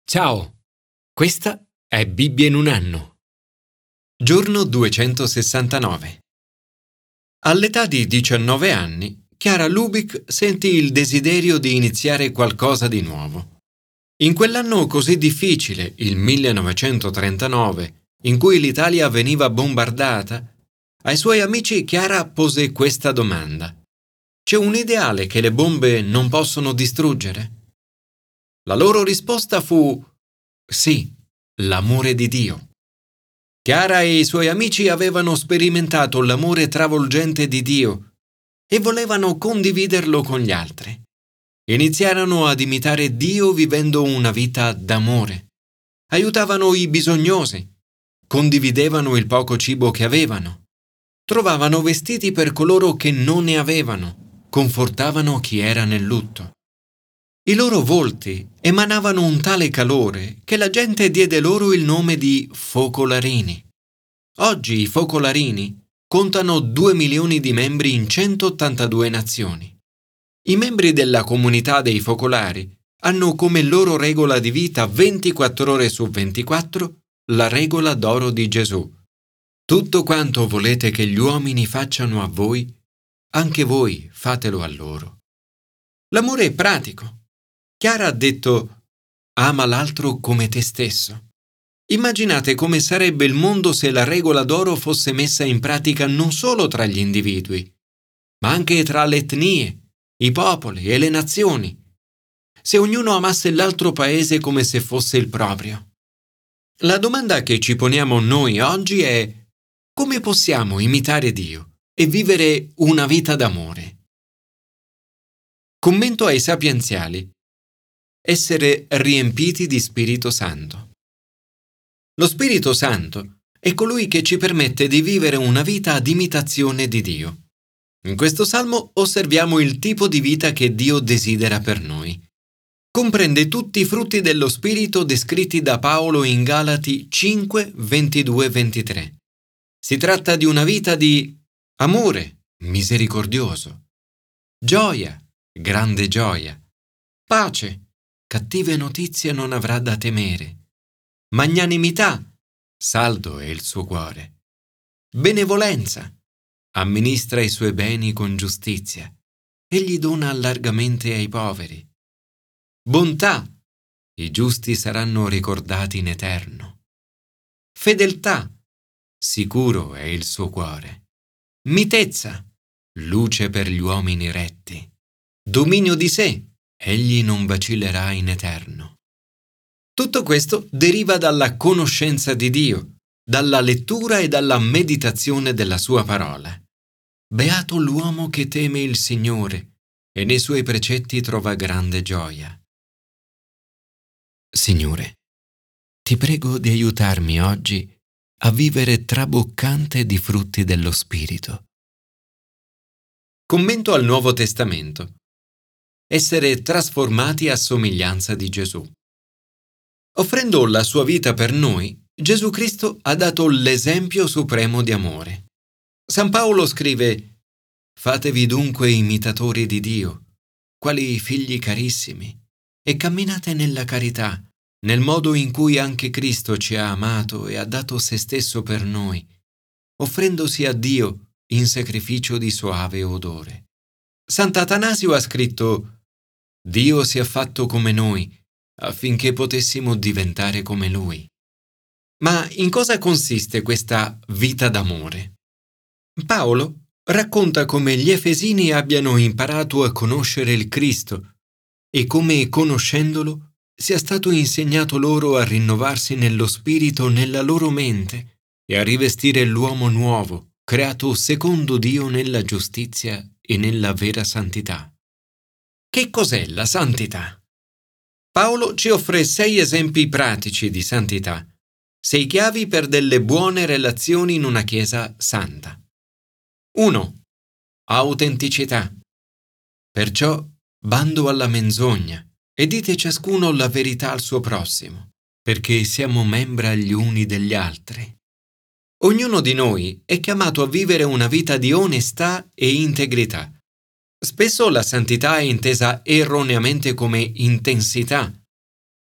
Ciao, questa è Bibbia in un anno. Giorno 269. All'età di 19 anni, Chiara Lubich sentì il desiderio di iniziare qualcosa di nuovo. In quell'anno così difficile, il 1939, in cui l'Italia veniva bombardata, ai suoi amici Chiara pose questa domanda: c'è un ideale che le bombe non possono distruggere? La loro risposta fu: sì, l'amore di Dio. Chiara e i suoi amici avevano sperimentato l'amore travolgente di Dio e volevano condividerlo con gli altri. Iniziarono ad imitare Dio vivendo una vita d'amore. Aiutavano i bisognosi, condividevano il poco cibo che avevano, trovavano vestiti per coloro che non ne avevano, confortavano chi era nel lutto. I loro volti emanavano un tale calore che la gente diede loro il nome di focolarini. Oggi i focolarini contano 2 milioni di membri in 182 nazioni. I membri della comunità dei focolari hanno come loro regola di vita 24 ore su 24 la regola d'oro di Gesù. Tutto quanto volete che gli uomini facciano a voi, anche voi fatelo a loro. L'amore è pratico. Chiara ha detto: ama l'altro come te stesso. Immaginate come sarebbe il mondo se la regola d'oro fosse messa in pratica non solo tra gli individui, ma anche tra le etnie, i popoli e le nazioni. Se ognuno amasse l'altro paese come se fosse il proprio. La domanda che ci poniamo noi oggi è: come possiamo imitare Dio e vivere una vita d'amore? Commento ai sapienziali. Essere riempiti di Spirito Santo. Lo Spirito Santo è colui che ci permette di vivere una vita ad imitazione di Dio. In questo salmo osserviamo il tipo di vita che Dio desidera per noi. Comprende tutti i frutti dello Spirito descritti da Paolo in Galati 5, 22-23. Si tratta di una vita di amore, misericordioso, gioia, grande gioia, pace, cattive notizie non avrà da temere, magnanimità, saldo è il suo cuore, benevolenza, amministra i suoi beni con giustizia, egli dona largamente ai poveri, bontà, i giusti saranno ricordati in eterno, fedeltà, sicuro è il suo cuore, mitezza, luce per gli uomini retti, dominio di sé, egli non vacillerà in eterno. Tutto questo deriva dalla conoscenza di Dio, dalla lettura e dalla meditazione della sua parola. Beato l'uomo che teme il Signore e nei suoi precetti trova grande gioia. Signore, ti prego di aiutarmi oggi a vivere traboccante di frutti dello Spirito. Commento al Nuovo Testamento. Essere trasformati a somiglianza di Gesù. Offrendo la sua vita per noi, Gesù Cristo ha dato l'esempio supremo di amore. San Paolo scrive: fatevi dunque imitatori di Dio, quali figli carissimi, e camminate nella carità, nel modo in cui anche Cristo ci ha amato e ha dato se stesso per noi, offrendosi a Dio in sacrificio di soave odore. Sant'Atanasio ha scritto: Dio si è fatto come noi, affinché potessimo diventare come Lui. Ma in cosa consiste questa vita d'amore? Paolo racconta come gli Efesini abbiano imparato a conoscere il Cristo e come, conoscendolo, sia stato insegnato loro a rinnovarsi nello spirito nella loro mente e a rivestire l'uomo nuovo, creato secondo Dio nella giustizia e nella vera santità. Che cos'è la santità? Paolo ci offre 6 esempi pratici di santità, 6 chiavi per delle buone relazioni in una chiesa santa. 1. Autenticità. Perciò bando alla menzogna e dite ciascuno la verità al suo prossimo, perché siamo membra gli uni degli altri. Ognuno di noi è chiamato a vivere una vita di onestà e integrità. Spesso la santità è intesa erroneamente come intensità.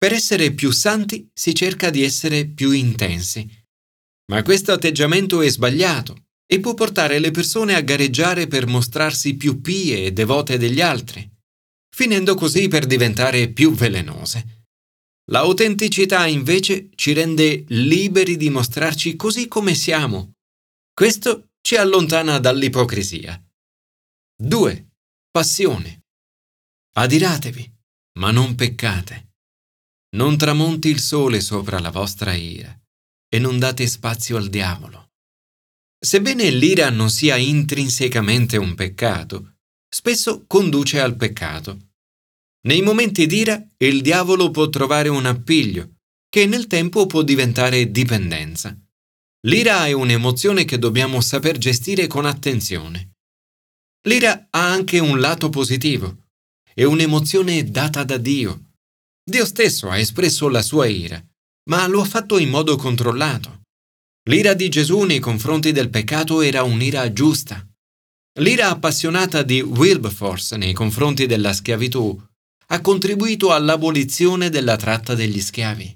Per essere più santi si cerca di essere più intensi. Ma questo atteggiamento è sbagliato e può portare le persone a gareggiare per mostrarsi più pie e devote degli altri, finendo così per diventare più velenose. L'autenticità invece ci rende liberi di mostrarci così come siamo. Questo ci allontana dall'ipocrisia. 2. Passione. Adiratevi, ma non peccate. Non tramonti il sole sopra la vostra ira e non date spazio al diavolo. Sebbene l'ira non sia intrinsecamente un peccato, spesso conduce al peccato. Nei momenti d'ira il diavolo può trovare un appiglio che nel tempo può diventare dipendenza. L'ira è un'emozione che dobbiamo saper gestire con attenzione. L'ira ha anche un lato positivo. È un'emozione data da Dio. Dio stesso ha espresso la sua ira, ma lo ha fatto in modo controllato. L'ira di Gesù nei confronti del peccato era un'ira giusta. L'ira appassionata di Wilberforce nei confronti della schiavitù ha contribuito all'abolizione della tratta degli schiavi.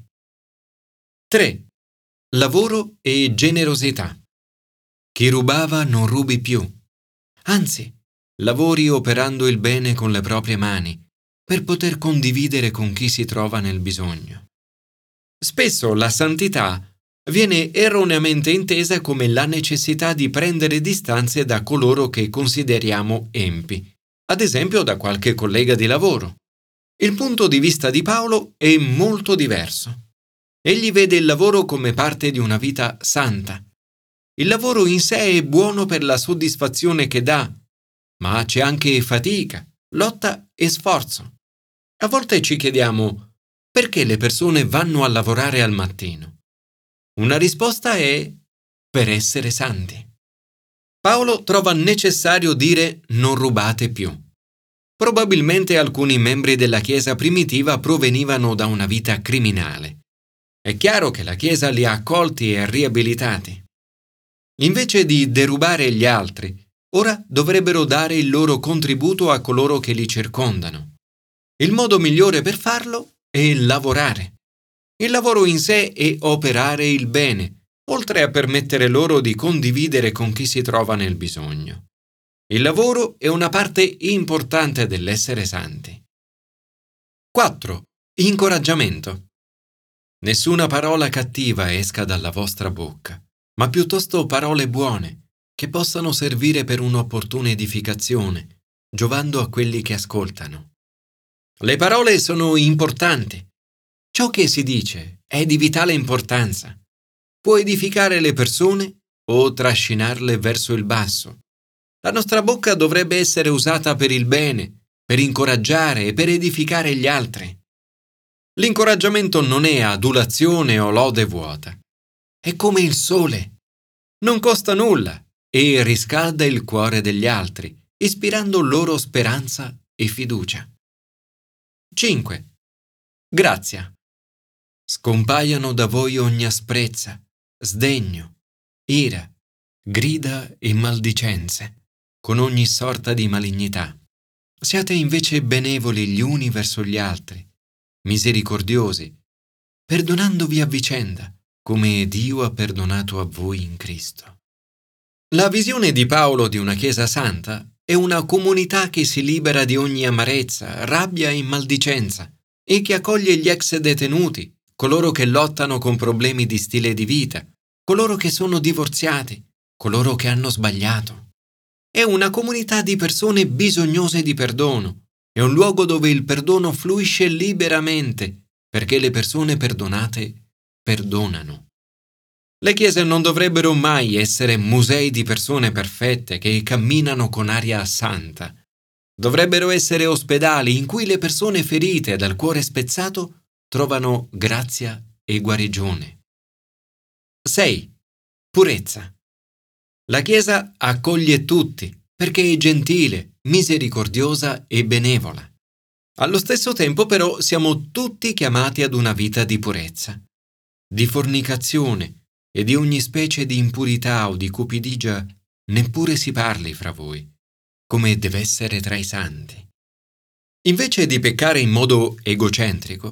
3. Lavoro e generosità. Chi rubava non rubi più. Anzi, lavori operando il bene con le proprie mani per poter condividere con chi si trova nel bisogno. Spesso la santità viene erroneamente intesa come la necessità di prendere distanze da coloro che consideriamo empi, ad esempio da qualche collega di lavoro. Il punto di vista di Paolo è molto diverso. Egli vede il lavoro come parte di una vita santa. Il lavoro in sé è buono per la soddisfazione che dà, ma c'è anche fatica, lotta e sforzo. A volte ci chiediamo perché le persone vanno a lavorare al mattino. Una risposta è per essere santi. Paolo trova necessario dire non rubate più. Probabilmente alcuni membri della Chiesa primitiva provenivano da una vita criminale. È chiaro che la Chiesa li ha accolti e riabilitati. Invece di derubare gli altri, ora dovrebbero dare il loro contributo a coloro che li circondano. Il modo migliore per farlo è lavorare. Il lavoro in sé è operare il bene, oltre a permettere loro di condividere con chi si trova nel bisogno. Il lavoro è una parte importante dell'essere santi. 4. Incoraggiamento. Nessuna parola cattiva esca dalla vostra bocca, ma piuttosto parole buone, che possano servire per un'opportuna edificazione, giovando a quelli che ascoltano. Le parole sono importanti. Ciò che si dice è di vitale importanza. Può edificare le persone o trascinarle verso il basso. La nostra bocca dovrebbe essere usata per il bene, per incoraggiare e per edificare gli altri. L'incoraggiamento non è adulazione o lode vuota. È come il sole. Non costa nulla e riscalda il cuore degli altri, ispirando loro speranza e fiducia. 5. Grazia. Scompaiano da voi ogni asprezza, sdegno, ira, grida e maldicenze, con ogni sorta di malignità. Siate invece benevoli gli uni verso gli altri, misericordiosi, perdonandovi a vicenda, come Dio ha perdonato a voi in Cristo. La visione di Paolo di una Chiesa santa è una comunità che si libera di ogni amarezza, rabbia e maldicenza e che accoglie gli ex detenuti, coloro che lottano con problemi di stile di vita, coloro che sono divorziati, coloro che hanno sbagliato. È una comunità di persone bisognose di perdono. È un luogo dove il perdono fluisce liberamente, perché le persone perdonate perdonano. Le chiese non dovrebbero mai essere musei di persone perfette che camminano con aria santa. Dovrebbero essere ospedali in cui le persone ferite dal cuore spezzato trovano grazia e guarigione. 6. Purezza. La Chiesa accoglie tutti perché è gentile, misericordiosa e benevola. Allo stesso tempo però siamo tutti chiamati ad una vita di purezza, di fornicazione e di ogni specie di impurità o di cupidigia neppure si parli fra voi, come deve essere tra i santi. Invece di peccare in modo egocentrico,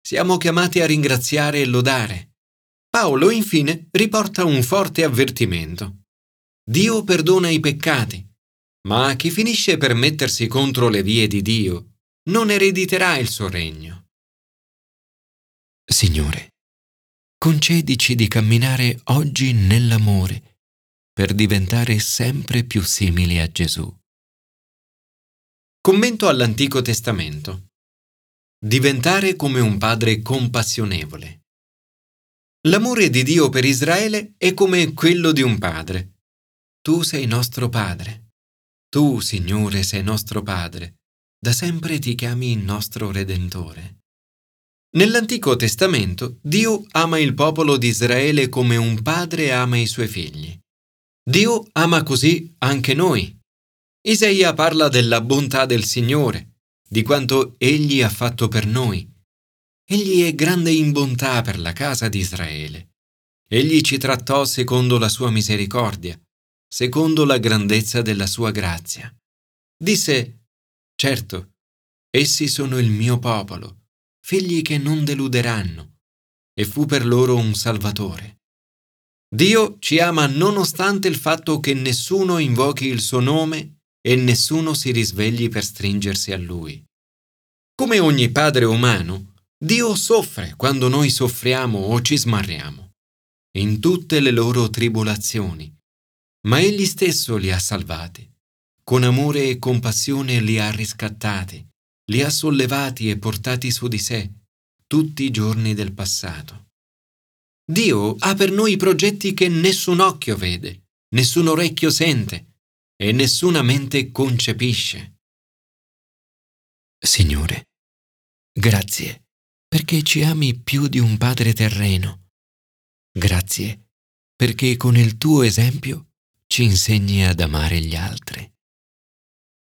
Siamo chiamati a ringraziare e lodare. Paolo, infine, riporta un forte avvertimento. Dio perdona i peccati, ma chi finisce per mettersi contro le vie di Dio non erediterà il suo regno. Signore, concedici di camminare oggi nell'amore per diventare sempre più simili a Gesù. Commento all'Antico Testamento. Diventare come un padre compassionevole. L'amore di Dio per Israele è come quello di un padre. Tu sei nostro padre. Tu, Signore, sei nostro padre. Da sempre ti chiami nostro Redentore. Nell'Antico Testamento, Dio ama il popolo di Israele come un padre ama i suoi figli. Dio ama così anche noi. Isaia parla della bontà del Signore, di quanto Egli ha fatto per noi. Egli è grande in bontà per la casa di Israele. Egli ci trattò secondo la sua misericordia, secondo la grandezza della sua grazia. Disse: certo, essi sono il mio popolo, figli che non deluderanno, e fu per loro un Salvatore. Dio ci ama nonostante il fatto che nessuno invochi il suo nome e nessuno si risvegli per stringersi a Lui. Come ogni padre umano, Dio soffre quando noi soffriamo o ci smarriamo, in tutte le loro tribolazioni, ma Egli stesso li ha salvati. Con amore e compassione li ha riscattati, li ha sollevati e portati su di sé tutti i giorni del passato. Dio ha per noi progetti che nessun occhio vede, nessun orecchio sente e nessuna mente concepisce. Signore, grazie perché ci ami più di un padre terreno. Grazie perché con il tuo esempio ci insegni ad amare gli altri.